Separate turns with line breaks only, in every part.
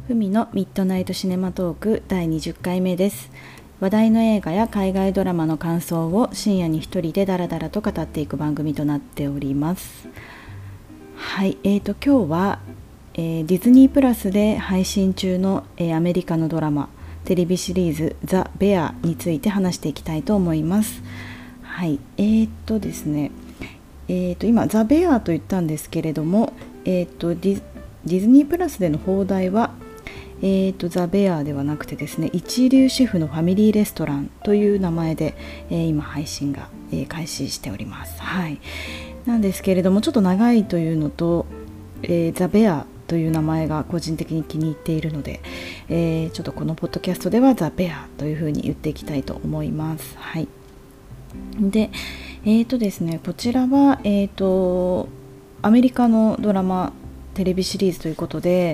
ふみのミッドナイトシネマトーク第20回目です。話題の映画や海外ドラマの感想を深夜に一人でダラダラと語っていく番組となっております。はい、今日は、ディズニープラスで配信中の、アメリカのドラマテレビシリーズザ・ベアについて話していきたいと思います。はい、ですね、今ザ・ベアと言ったんですけれども、ディズニープラスでの放題はザ・ベアではなくてですね、一流シェフのファミリーレストランという名前で、今配信が、開始しております。はい、なんですけれども、ちょっと長いというのと、ザ・ベアという名前が個人的に気に入っているので、ちょっとこのポッドキャストではザ・ベアというふうに言っていきたいと思います。はい、で、ですね、こちらは、アメリカのドラマテレビシリーズということで、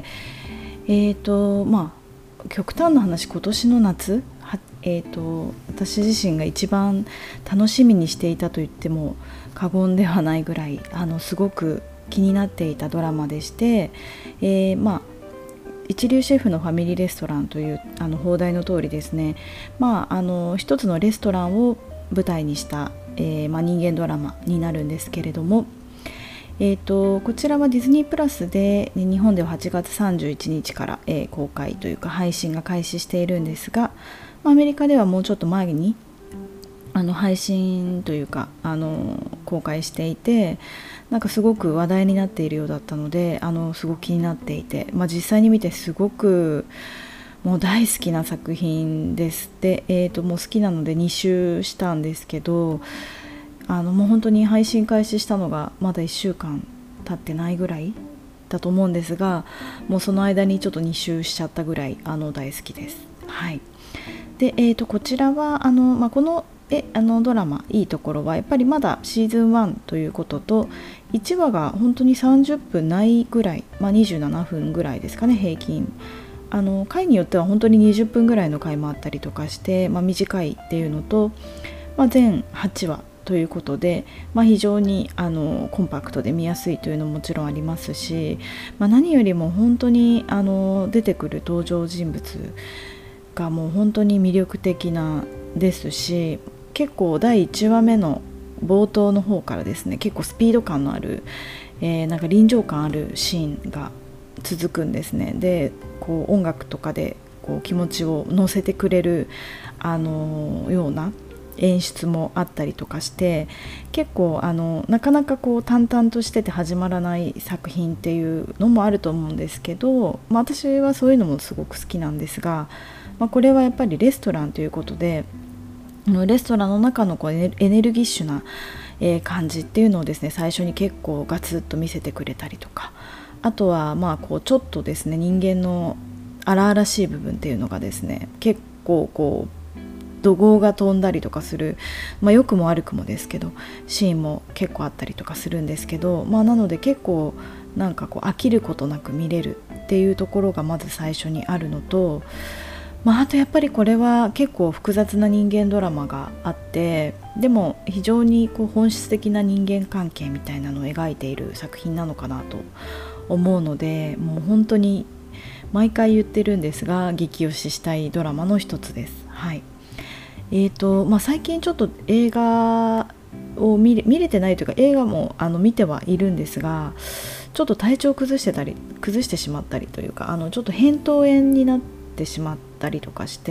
極端な話、今年の夏、私自身が一番楽しみにしていたと言っても過言ではないぐらいすごく気になっていたドラマでして、一流シェフのファミリーレストランという放題の通りですね、一つのレストランを舞台にした、人間ドラマになるんですけれども、こちらはディズニープラスで日本では8月31日から、公開というか配信が開始しているんですが、アメリカではもうちょっと前に配信というか公開していて、なんかすごく話題になっているようだったので、すごく気になっていて、実際に見てすごくもう大好きな作品です。で、もう好きなので2周したんですけど、もう本当に配信開始したのがまだ1週間経ってないぐらいだと思うんですが、もうその間にちょっと2周しちゃったぐらい大好きです。はい、で、こちらはこのドラマいいところはやっぱりまだシーズン1ということと、1話が本当に30分ないぐらい、27分ぐらいですかね、平均。回によっては本当に20分ぐらいの回もあったりとかして、短いっていうのと、全8話ということで、非常にコンパクトで見やすいというのももちろんありますし、何よりも本当に出てくる登場人物がもう本当に魅力的なですし、結構第1話目の冒頭の方からですね、結構スピード感のある、なんか臨場感あるシーンが続くんですね。で、こう音楽とかでこう気持ちを乗せてくれるような演出もあったりとかして、結構なかなかこう淡々としてて始まらない作品っていうのもあると思うんですけど、私はそういうのもすごく好きなんですが、これはやっぱりレストランということで、レストランの中のこうエネルギッシュな、感じっていうのをですね、最初に結構ガツッと見せてくれたりとか、あとはこうちょっとですね、人間の荒々しい部分っていうのがですね、結構こう怒号が飛んだりとかする、良くも悪くもですけどシーンも結構あったりとかするんですけど、なので結構なんかこう飽きることなく見れるっていうところがまず最初にあるのと、あとやっぱりこれは結構複雑な人間ドラマがあって、でも非常にこう本質的な人間関係みたいなのを描いている作品なのかなと思うので、もう本当に毎回言ってるんですが、激推ししたいドラマの一つです。はい。最近ちょっと映画を見れてないというか、映画も見てはいるんですが、ちょっと体調を崩してしまったりというか、ちょっと扁桃炎になってしまったりとかして、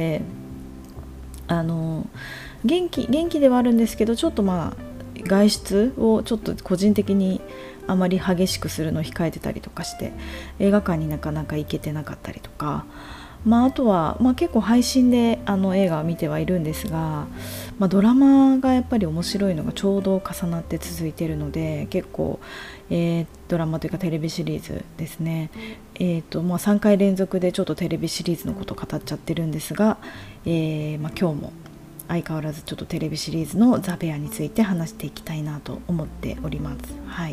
元気ではあるんですけど、ちょっと外出をちょっと個人的にあまり激しくするのを控えてたりとかして、映画館になかなか行けてなかったりとか、あとは、結構配信で映画を見てはいるんですが、ドラマがやっぱり面白いのがちょうど重なって続いているので、結構、ドラマというかテレビシリーズですね、3回連続でちょっとテレビシリーズのことを語っちゃってるんですが、今日も相変わらずちょっとテレビシリーズのザ・ベアについて話していきたいなと思っております。はい。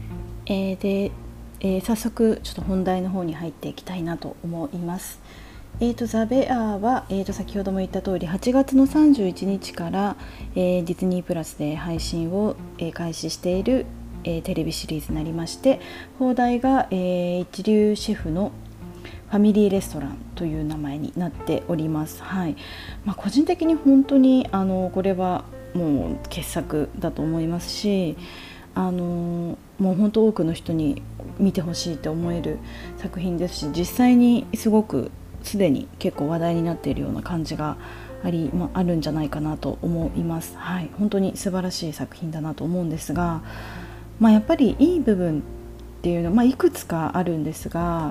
早速ちょっと本題の方に入っていきたいなと思います。 ザ・ベアは、先ほども言った通り8月の31日から、ディズニープラスで配信を、開始している、テレビシリーズになりまして、放題が、一流シェフのファミリーレストランという名前になっております。はい。個人的に本当にこれはもう傑作だと思いますし、もう本当多くの人に見てほしいと思える作品ですし、実際にすごくすでに結構話題になっているような感じがあるんじゃないかなと思います。はい、本当に素晴らしい作品だなと思うんですが、やっぱりいい部分っていうのはいくつかあるんですが、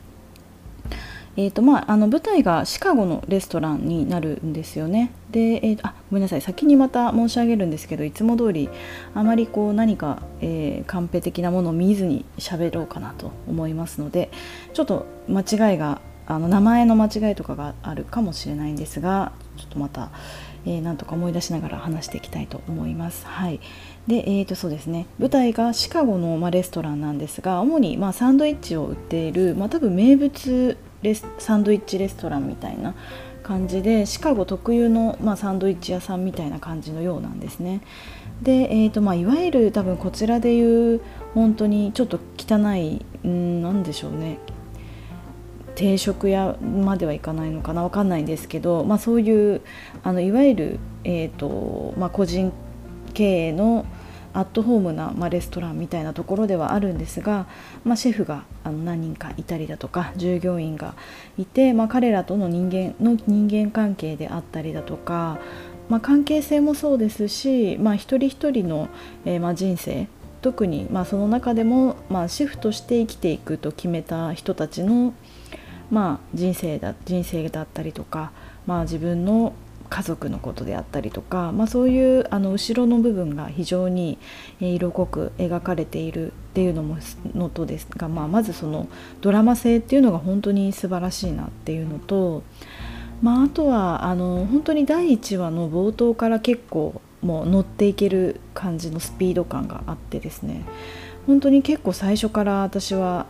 舞台がシカゴのレストランになるんですよね。で、ごめんなさい、先にまた申し上げるんですけど、いつも通りあまり何か、カンペ的なものを見ずに喋ろうかなと思いますので、ちょっと間違いが名前の間違いとかがあるかもしれないんですが、ちょっとまた、なんとか思い出しながら話していきたいと思います。はい。で、そうですね、舞台がシカゴの、レストランなんですが、主に、サンドイッチを売っている、多分名物サンドイッチレストランみたいな感じで、シカゴ特有の、サンドイッチ屋さんみたいな感じのようなんですね。で、いわゆる多分こちらでいう本当にちょっと汚い、なんでしょうね、定食屋まではいかないのかな、わかんないんですけど、そういういわゆる、個人経営のアットホームな、レストランみたいなところではあるんですが、シェフが何人かいたりだとか、従業員がいて、彼らとの人間関係であったりだとか、関係性もそうですし、一人一人の、人生、特に、その中でも、シェフとして生きていくと決めた人たちの人生だったりとか、自分の家族のことであったりとか、そういう後ろの部分が非常に色濃く描かれているっていうのとですが、まずそのドラマ性っていうのが本当に素晴らしいなっていうのと、あとは本当に第1話の冒頭から結構もう乗っていける感じのスピード感があってですね、本当に結構最初から私は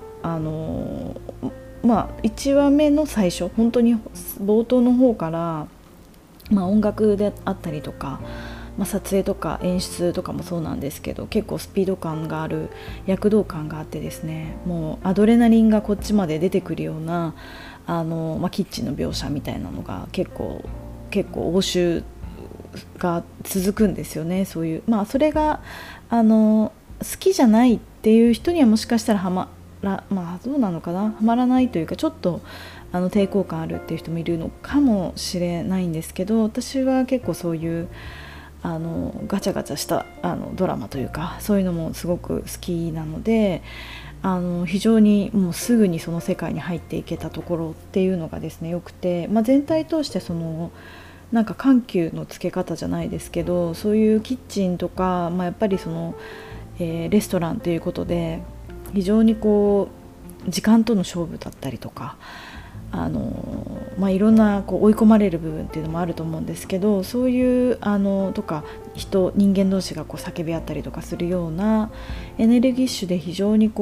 1話目の最初、本当に冒頭の方から、音楽であったりとか、撮影とか演出とかもそうなんですけど、結構スピード感がある、躍動感があってですね、もうアドレナリンがこっちまで出てくるようなキッチンの描写みたいなのが結構応酬が続くんですよね。そういう、それが好きじゃないっていう人にはもしかしたらどうなのかな、はまらないというか、ちょっと抵抗感あるっていう人もいるのかもしれないんですけど、私は結構そういうガチャガチャしたドラマというか、そういうのもすごく好きなので、非常にもうすぐにその世界に入っていけたところっていうのがですね、よくて、全体通してそのなんか緩急のつけ方じゃないですけど、そういうキッチンとか、やっぱりその、レストランということで非常に時間との勝負だったりとか、いろんな追い込まれる部分っていうのもあると思うんですけど、そういうとか人間同士が叫び合ったりとかするようなエネルギッシュで、非常に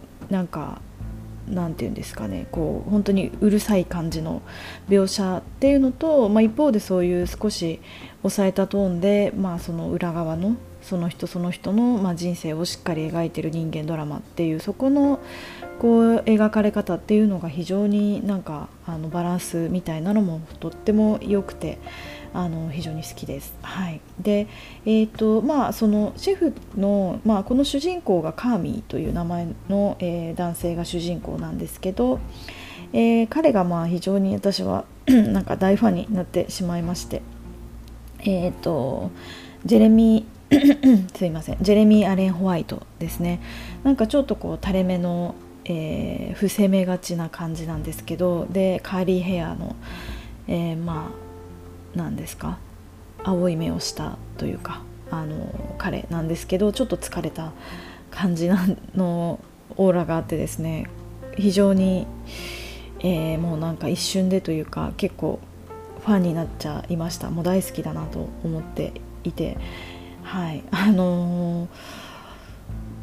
なんていうんですかね、本当にうるさい感じの描写っていうのと、一方でそういう少し抑えたトーンで、その裏側のその人の、人生をしっかり描いている人間ドラマっていう、そこの描かれ方っていうのが非常にバランスみたいなのもとっても良くて、非常に好きです。はい。で、そのシェフの、この主人公がカーミーという名前の、男性が主人公なんですけど、彼が非常に私は大ファンになってしまいまして、ジェレミーすいません、ジェレミー・アレン・ホワイトですね。ちょっと垂れ目の、伏せ目がちな感じなんですけど、でカーリーヘアの、なんですか、青い目をしたというか彼なんですけど、ちょっと疲れた感じのオーラがあってですね、非常に、もう一瞬でというか、結構ファンになっちゃいました。もう大好きだなと思っていて、はい。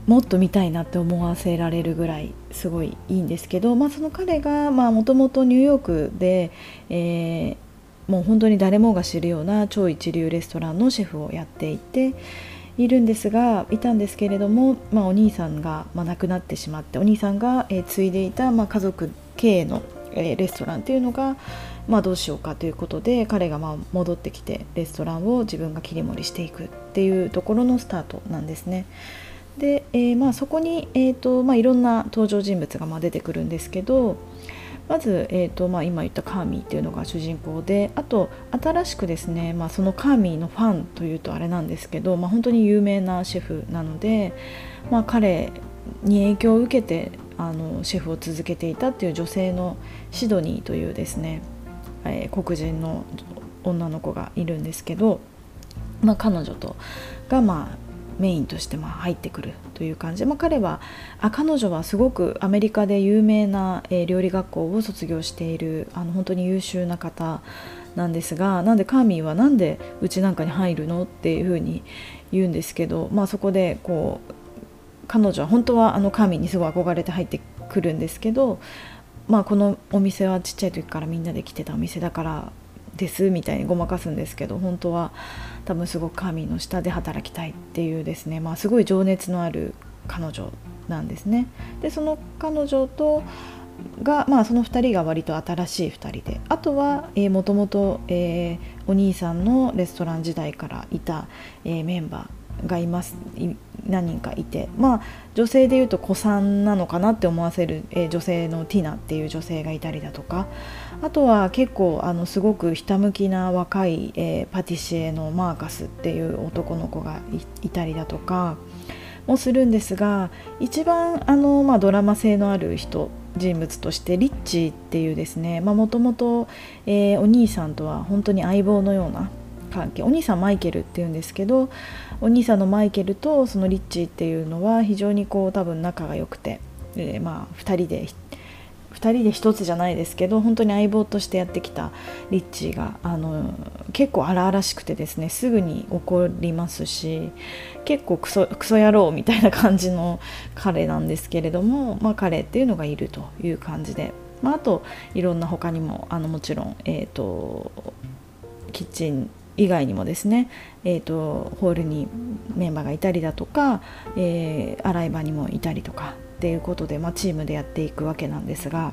もっと見たいなって思わせられるぐらいすごいいいんですけど、その彼がもともとニューヨークで、もう本当に誰もが知るような超一流レストランのシェフをやっていていたんですけれども、お兄さんが、亡くなってしまって、お兄さんが、継いでいた、家族経営の、レストランっていうのが、どうしようかということで彼が戻ってきてレストランを自分が切り盛りしていくっていうところのスタートなんですね。で、そこに、いろんな登場人物が出てくるんですけど、まず、今言ったカーミーっていうのが主人公で、あと新しくですね、そのカーミーのファンというとあれなんですけど、本当に有名なシェフなので、彼に影響を受けてシェフを続けていたっていう女性のシドニーというですね、黒人の女の子がいるんですけど、彼女がメインとして入ってくるという感じで、彼女はすごくアメリカで有名な料理学校を卒業している本当に優秀な方なんですが、なんでカーミーはなんでうちなんかに入るのっていうふうに言うんですけど、そこで彼女は本当はカーミーにすごい憧れて入ってくるんですけど、このお店はちっちゃい時からみんなで来てたお店だからですみたいにごまかすんですけど、本当は多分すごくカーミーの下で働きたいっていうですね、すごい情熱のある彼女なんですね。でその彼女が、その2人が割と新しい2人で、あとはもともとお兄さんのレストラン時代からいた、メンバーが何人かいて、女性でいうと古参なのかなって思わせる、女性のティナっていう女性がいたりだとか、あとは結構すごくひたむきな若い、パティシエのマーカスっていう男の子が いたりだとかもするんですが、一番ドラマ性のある人物としてリッチーっていうですね、もともとお兄さんとは本当に相棒のような関係、お兄さんマイケルっていうんですけど、お兄さんのマイケルとそのリッチーっていうのは非常に多分仲が良くて、2人で一つじゃないですけど本当に相棒としてやってきたリッチーが結構荒々しくてですね、すぐに怒りますし、結構クソ野郎みたいな感じの彼なんですけれども、彼っていうのがいるという感じで、あといろんな他にももちろん、キッチン以外にもですね、ホールにメンバーがいたりだとか、洗い場にもいたりとかっていうことで、チームでやっていくわけなんですが、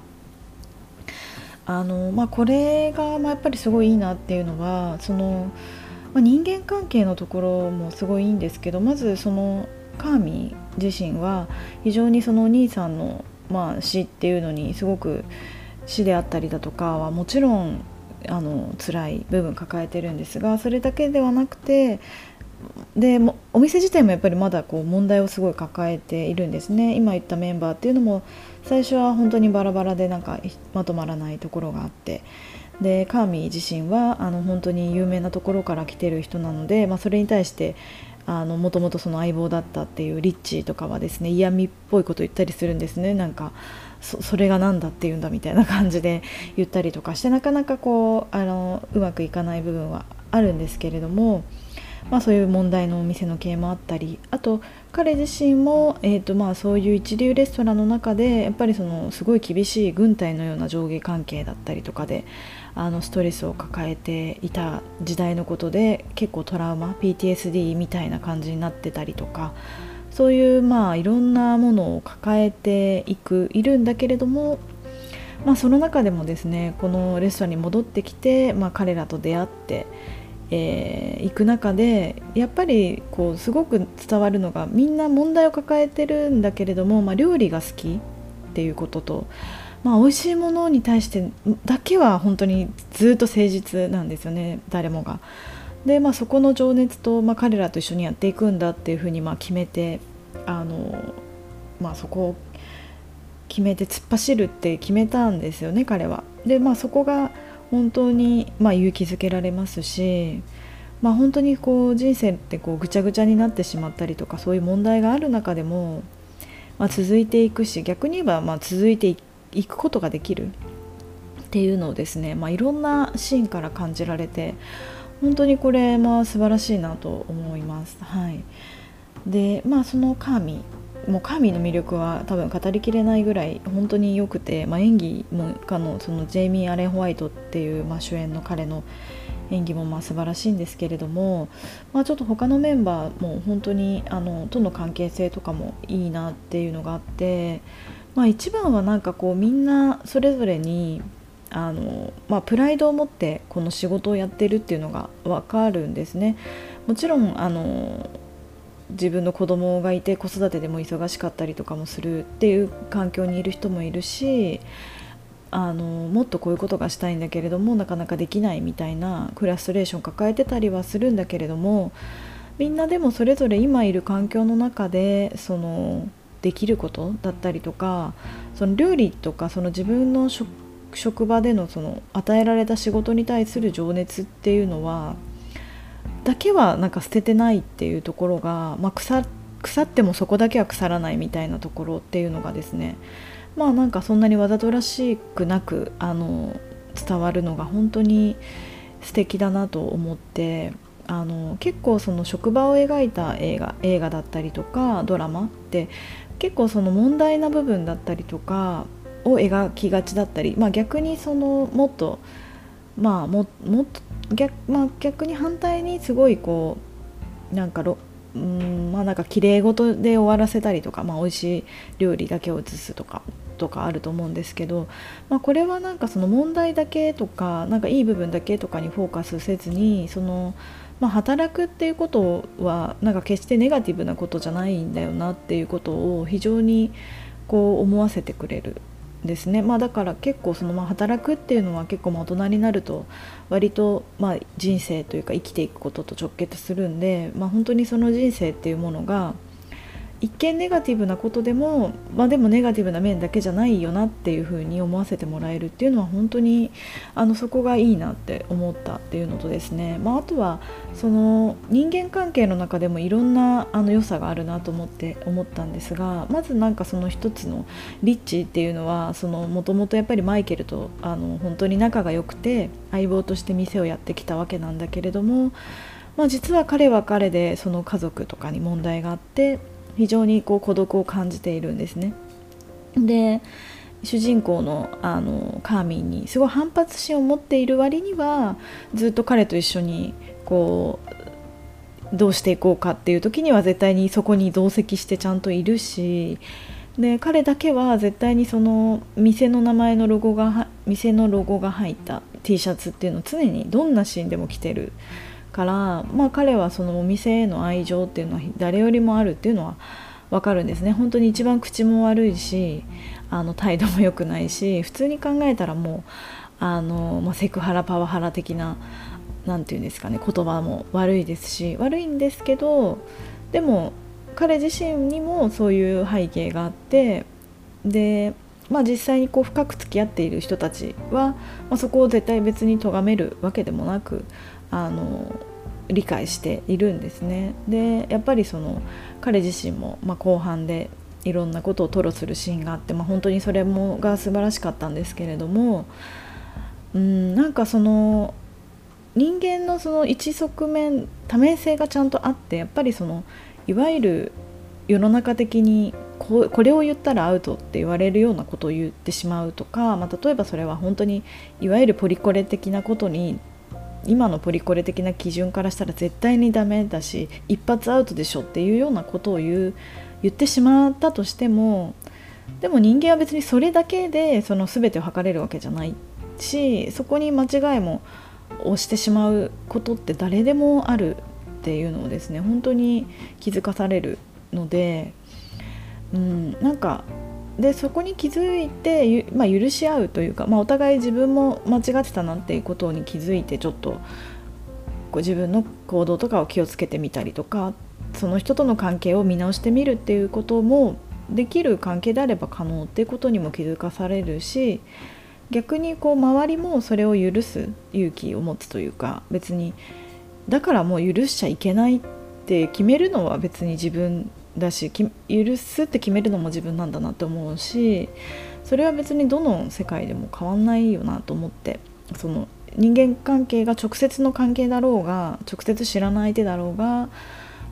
これがやっぱりすごいいいなっていうのは、人間関係のところもすごいいいんですけど、まずそのカーミー自身は非常にそのお兄さんの、死っていうのにすごく死であったりだとかはもちろん辛い部分抱えてるんですが、それだけではなくて、でお店自体もやっぱりまだ問題をすごい抱えているんですね。今言ったメンバーっていうのも最初は本当にバラバラでまとまらないところがあって、でカーミー自身は本当に有名なところから来てる人なので、それに対してもともとその相棒だったっていうリッチーとかはですね、嫌味っぽいこと言ったりするんですね。それがなんだっていうんだみたいな感じで言ったりとかして、なかなかうまくいかない部分はあるんですけれども、そういう問題のお店の経営もあったり、あと彼自身も、そういう一流レストランの中でやっぱりすごい厳しい軍隊のような上下関係だったりとかでストレスを抱えていた時代のことで、結構トラウマ PTSD みたいな感じになってたりとか、そういういろんなものを抱えているんだけれども、その中でもですね、このレストランに戻ってきて、彼らと出会って行く中でやっぱりすごく伝わるのが、みんな問題を抱えてるんだけれども、料理が好きっていうことと、美味しいものに対してだけは本当にずっと誠実なんですよね、誰もが。で、そこの情熱と、彼らと一緒にやっていくんだっていうふうに決めて、そこを決めて突っ走るって決めたんですよね、彼は。で、そこが本当に勇気づけられますし、本当に人生ってぐちゃぐちゃになってしまったりとか、そういう問題がある中でも、続いていくし、逆に言えば続いていくことができるっていうのをですね、いろんなシーンから感じられて、本当にこれ素晴らしいなと思います。はい。で、そのカーミもうカーミーの魅力は多分語りきれないぐらい本当に良くて、演技もそのジェイミー・アレン・ホワイトっていう、主演の彼の演技も素晴らしいんですけれども、ちょっと他のメンバーも本当にとの関係性とかもいいなっていうのがあって、一番はなんかこうみんなそれぞれにプライドを持ってこの仕事をやってるっていうのが分かるんですね。もちろん自分の子供がいて子育てでも忙しかったりとかもするっていう環境にいる人もいるし、もっとこういうことがしたいんだけれどもなかなかできないみたいなフラストレーションを抱えてたりはするんだけれども、みんなでもそれぞれ今いる環境の中でできることだったりとか、その料理とかその自分の職場での与えられた仕事に対する情熱っていうのはだけはなんか捨ててないっていうところが、腐ってもそこだけは腐らないみたいなところっていうのがですね、なんかそんなにわざとらしくなく伝わるのが本当に素敵だなと思って、結構その職場を描いた映画だったりとかドラマって結構その問題な部分だったりとかを描きがちだったり、逆にもっと逆に反対にすごいこうなんか綺麗事で終わらせたりとか、美味しい料理だけを映すとかあると思うんですけど、これはなんかその問題だけとかなんかいい部分だけとかにフォーカスせずに働くっていうことはなんか決してネガティブなことじゃないんだよなっていうことを非常にこう思わせてくれるですね。だから結構働くっていうのは結構大人になると割と人生というか生きていくことと直結するんで、本当にその人生っていうものが一見ネガティブなことでも、でもネガティブな面だけじゃないよなっていう風に思わせてもらえるっていうのは本当にそこがいいなって思ったっていうのとですね、あとはその人間関係の中でもいろんな良さがあるなと思ったんですが、まずなんかその一つのリッチっていうのはもともとやっぱりマイケルと本当に仲が良くて相棒として店をやってきたわけなんだけれども、実は彼は彼でその家族とかに問題があって非常にこう孤独を感じているんですね。で主人公のカーミンにすごい反発心を持っている割にはずっと彼と一緒にこうどうしていこうかっていう時には絶対にそこに同席してちゃんといるし、で彼だけは絶対にその店のロゴが入った T シャツっていうのを常にどんなシーンでも着てるから、彼はそのお店への愛情っていうのは誰よりもあるっていうのは分かるんですね。本当に一番口も悪いし態度も良くないし、普通に考えたらもうセクハラパワハラ的ななんていうんですかね、言葉も悪いんですけど、でも彼自身にもそういう背景があって、で実際にこう深く付き合っている人たちは、そこを絶対別に咎めるわけでもなく理解しているんですね。でやっぱり彼自身も、後半でいろんなことを吐露するシーンがあって、本当にそれが素晴らしかったんですけれども、なんか人間の一側面多面性がちゃんとあって、やっぱりいわゆる世の中的にこれを言ったらアウトって言われるようなことを言ってしまうとか、例えばそれは本当にいわゆるポリコレ的なことに今のポリコレ的な基準からしたら絶対にダメだし一発アウトでしょっていうようなことを言ってしまったとしても、でも人間は別にそれだけで全てを測れるわけじゃないし、そこに間違いも押してしまうことって誰でもあるっていうのをですね本当に気づかされるので、なんかでそこに気づいて、許し合うというか、お互い自分も間違ってたなっていうことに気づいてちょっとこう自分の行動とかを気をつけてみたりとか、その人との関係を見直してみるっていうこともできる関係であれば可能っていうことにも気づかされるし、逆にこう周りもそれを許す勇気を持つというか、別にだからもう許しちゃいけないって決めるのは別に自分だし、許すって決めるのも自分なんだなって思うし、それは別にどの世界でも変わんないよなと思って、人間関係が直接の関係だろうが直接知らない相手だろうが、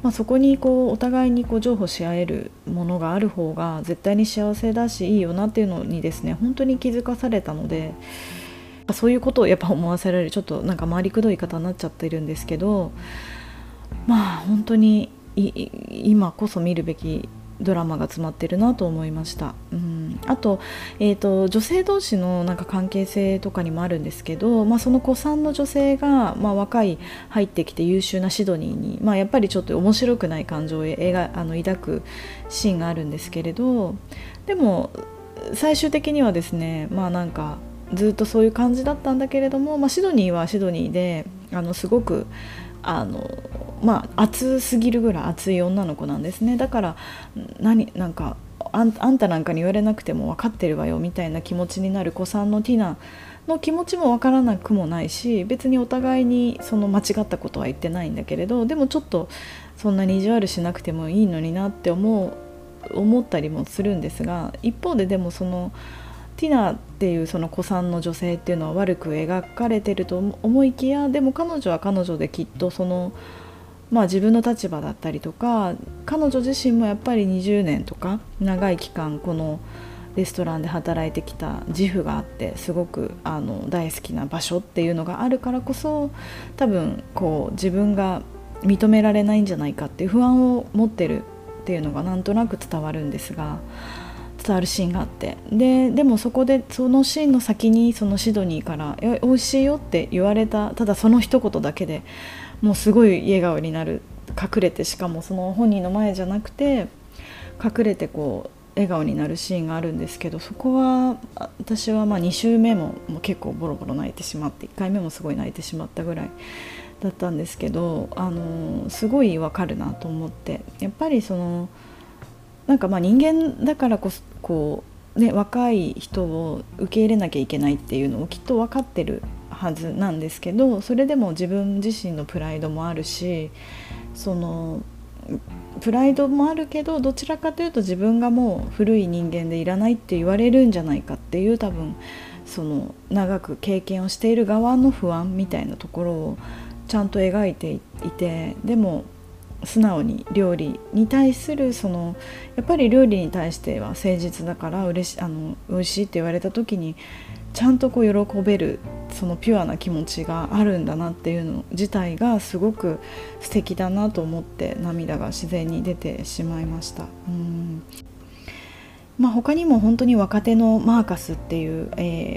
そこにこうお互いにこう譲歩し合えるものがある方が絶対に幸せだしいいよなっていうのにですね本当に気づかされたので、そういうことをやっぱ思わせられる、ちょっとなんか回りくどい方になっちゃってるんですけど、本当に今こそ見るべきドラマが詰まってるなと思いました。あと、女性同士のなんか関係性とかにもあるんですけど、その古参の女性が、若い入ってきて優秀なシドニーに、やっぱりちょっと面白くない感情を抱くシーンがあるんですけれど、でも最終的にはですね、なんかずっとそういう感じだったんだけれども、シドニーはシドニーですごく熱すぎるぐらい熱い女の子なんですね。だからなんかあんたなんかに言われなくても分かってるわよみたいな気持ちになる子さんのティナの気持ちも分からなくもないし、別にお互いにその間違ったことは言ってないんだけれど、でもちょっとそんなに意地悪しなくてもいいのになって思ったりもするんですが、一方ででもそのティナっていうその古参の女性っていうのは悪く描かれてると思いきや、でも彼女は彼女できっとその自分の立場だったりとか、彼女自身もやっぱり20年とか長い期間このレストランで働いてきた自負があって、すごく大好きな場所っていうのがあるからこそ、多分こう自分が認められないんじゃないかっていう不安を持ってるっていうのがなんとなく伝わるシーンがあって、でもそこでそのシーンの先にそのシドニーから美味しいよって言われた、ただその一言だけでもうすごい笑顔になる、隠れて、しかもその本人の前じゃなくて隠れてこう笑顔になるシーンがあるんですけど、そこは私は2週目も結構ボロボロ泣いてしまって、1回目もすごい泣いてしまったぐらいだったんですけど、すごいわかるなと思って、やっぱりそのなんか人間だからこそこう、若い人を受け入れなきゃいけないっていうのをきっと分かってるはずなんですけど、それでも自分自身のプライドもあるし、そのプライドもあるけど、どちらかというと自分がもう古い人間でいらないって言われるんじゃないかっていう、多分その長く経験をしている側の不安みたいなところをちゃんと描いていて、でも素直に料理に対するやっぱり料理に対しては誠実だから、美味しいって言われた時にちゃんとこう喜べる、そのピュアな気持ちがあるんだなっていうの自体がすごく素敵だなと思って、涙が自然に出てしまいました。他にも本当に若手のマーカスっていう、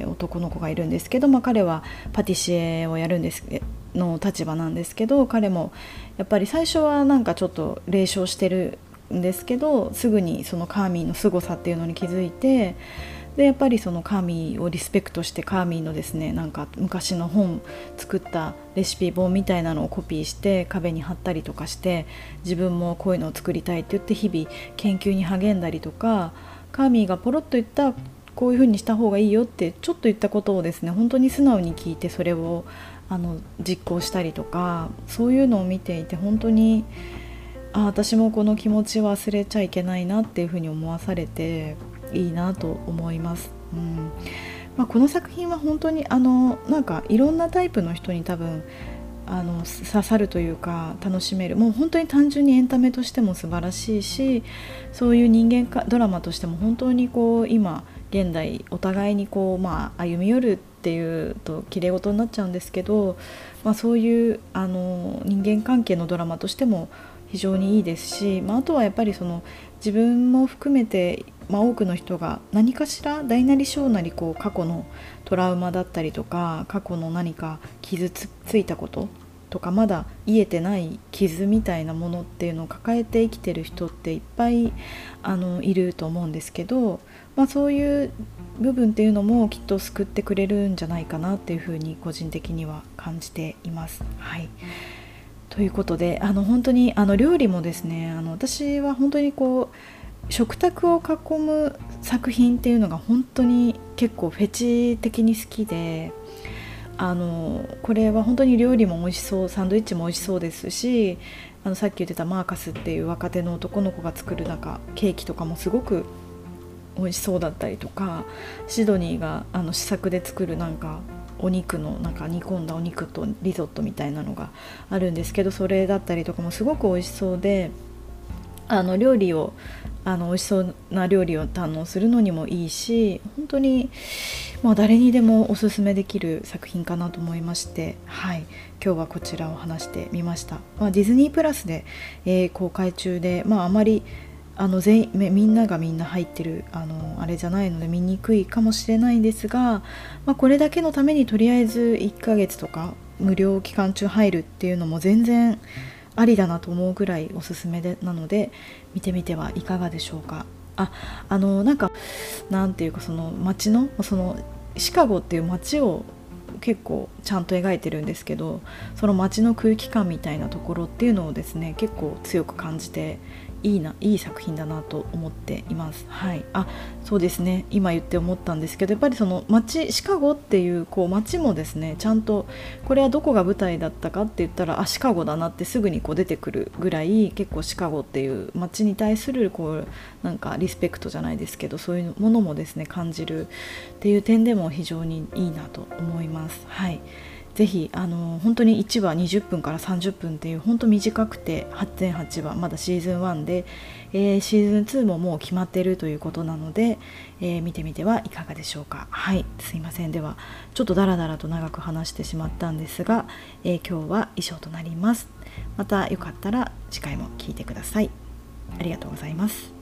男の子がいるんですけど、彼はパティシエをやるんですの立場なんですけど、彼もやっぱり最初はなんかちょっと冷笑してるんですけど、すぐにそのカーミーの凄さっていうのに気づいて、でやっぱりそのカーミーをリスペクトして、カーミーのですね、なんか昔の本作ったレシピ本みたいなのをコピーして壁に貼ったりとかして、自分もこういうのを作りたいって言って日々研究に励んだりとか、カーミーがポロッと言ったこういう風にした方がいいよってちょっと言ったことをですね、本当に素直に聞いて、それを実行したりとか、そういうのを見ていて本当に私もこの気持ち忘れちゃいけないなっていう風に思わされて、いいなと思います。この作品は本当になんかいろんなタイプの人に多分刺さるというか楽しめる、もう本当に単純にエンタメとしても素晴らしいし、そういう人間ドラマとしても本当にこう今現代お互いにこう、歩み寄るっていうと綺麗事になっちゃうんですけど、そういう人間関係のドラマとしても非常にいいですし、あとはやっぱりその自分も含めて、多くの人が何かしら大なり小なりこう過去のトラウマだったりとか、過去の何か傷ついたこととか、まだ癒えてない傷みたいなものっていうのを抱えて生きてる人っていっぱいいると思うんですけど、そういう部分っていうのもきっと救ってくれるんじゃないかなっていうふうに個人的には感じています。ということで本当に料理もですね、私は本当にこう食卓を囲む作品っていうのが本当に結構フェチ的に好きで、これは本当に料理も美味しそう、サンドイッチも美味しそうですし、さっき言ってたマーカスっていう若手の男の子が作るケーキとかもすごく美味しそうだったりとか、シドニーが試作で作るなんかお肉のなんか煮込んだお肉とリゾットみたいなのがあるんですけど、それだったりとかもすごく美味しそうで、料理を美味しそうな料理を堪能するのにもいいし、本当に誰にでもおすすめできる作品かなと思いまして、はい、今日はこちらを話してみました。ディズニープラスで、公開中で、あまりみんながみんな入ってるあれじゃないので見にくいかもしれないんですが、これだけのためにとりあえず1ヶ月とか無料期間中入るっていうのも全然ありだなと思うぐらいおすすめなので、見てみてはいかがでしょうか。なんていうか、その街のシカゴっていう街を結構ちゃんと描いてるんですけど、その街の空気感みたいなところっていうのをですね、結構強く感じていい作品だなと思っています。はい、そうですね、今言って思ったんですけど、やっぱりその街シカゴっていう街もですね、ちゃんとこれはどこが舞台だったかって言ったらシカゴだなってすぐに出てくるぐらい、結構シカゴっていう街に対するなんかリスペクトじゃないですけど、そういうものもですね感じるっていう点でも非常にいいなと思います。はい、ぜひ本当に1話20分から30分っていう本当短くて、全8話まだシーズン1で、シーズン2ももう決まっているということなので、見てみてはいかがでしょうか。はい、すいません。ではちょっとダラダラと長く話してしまったんですが、今日は以上となります。またよかったら次回も聞いてください。ありがとうございます。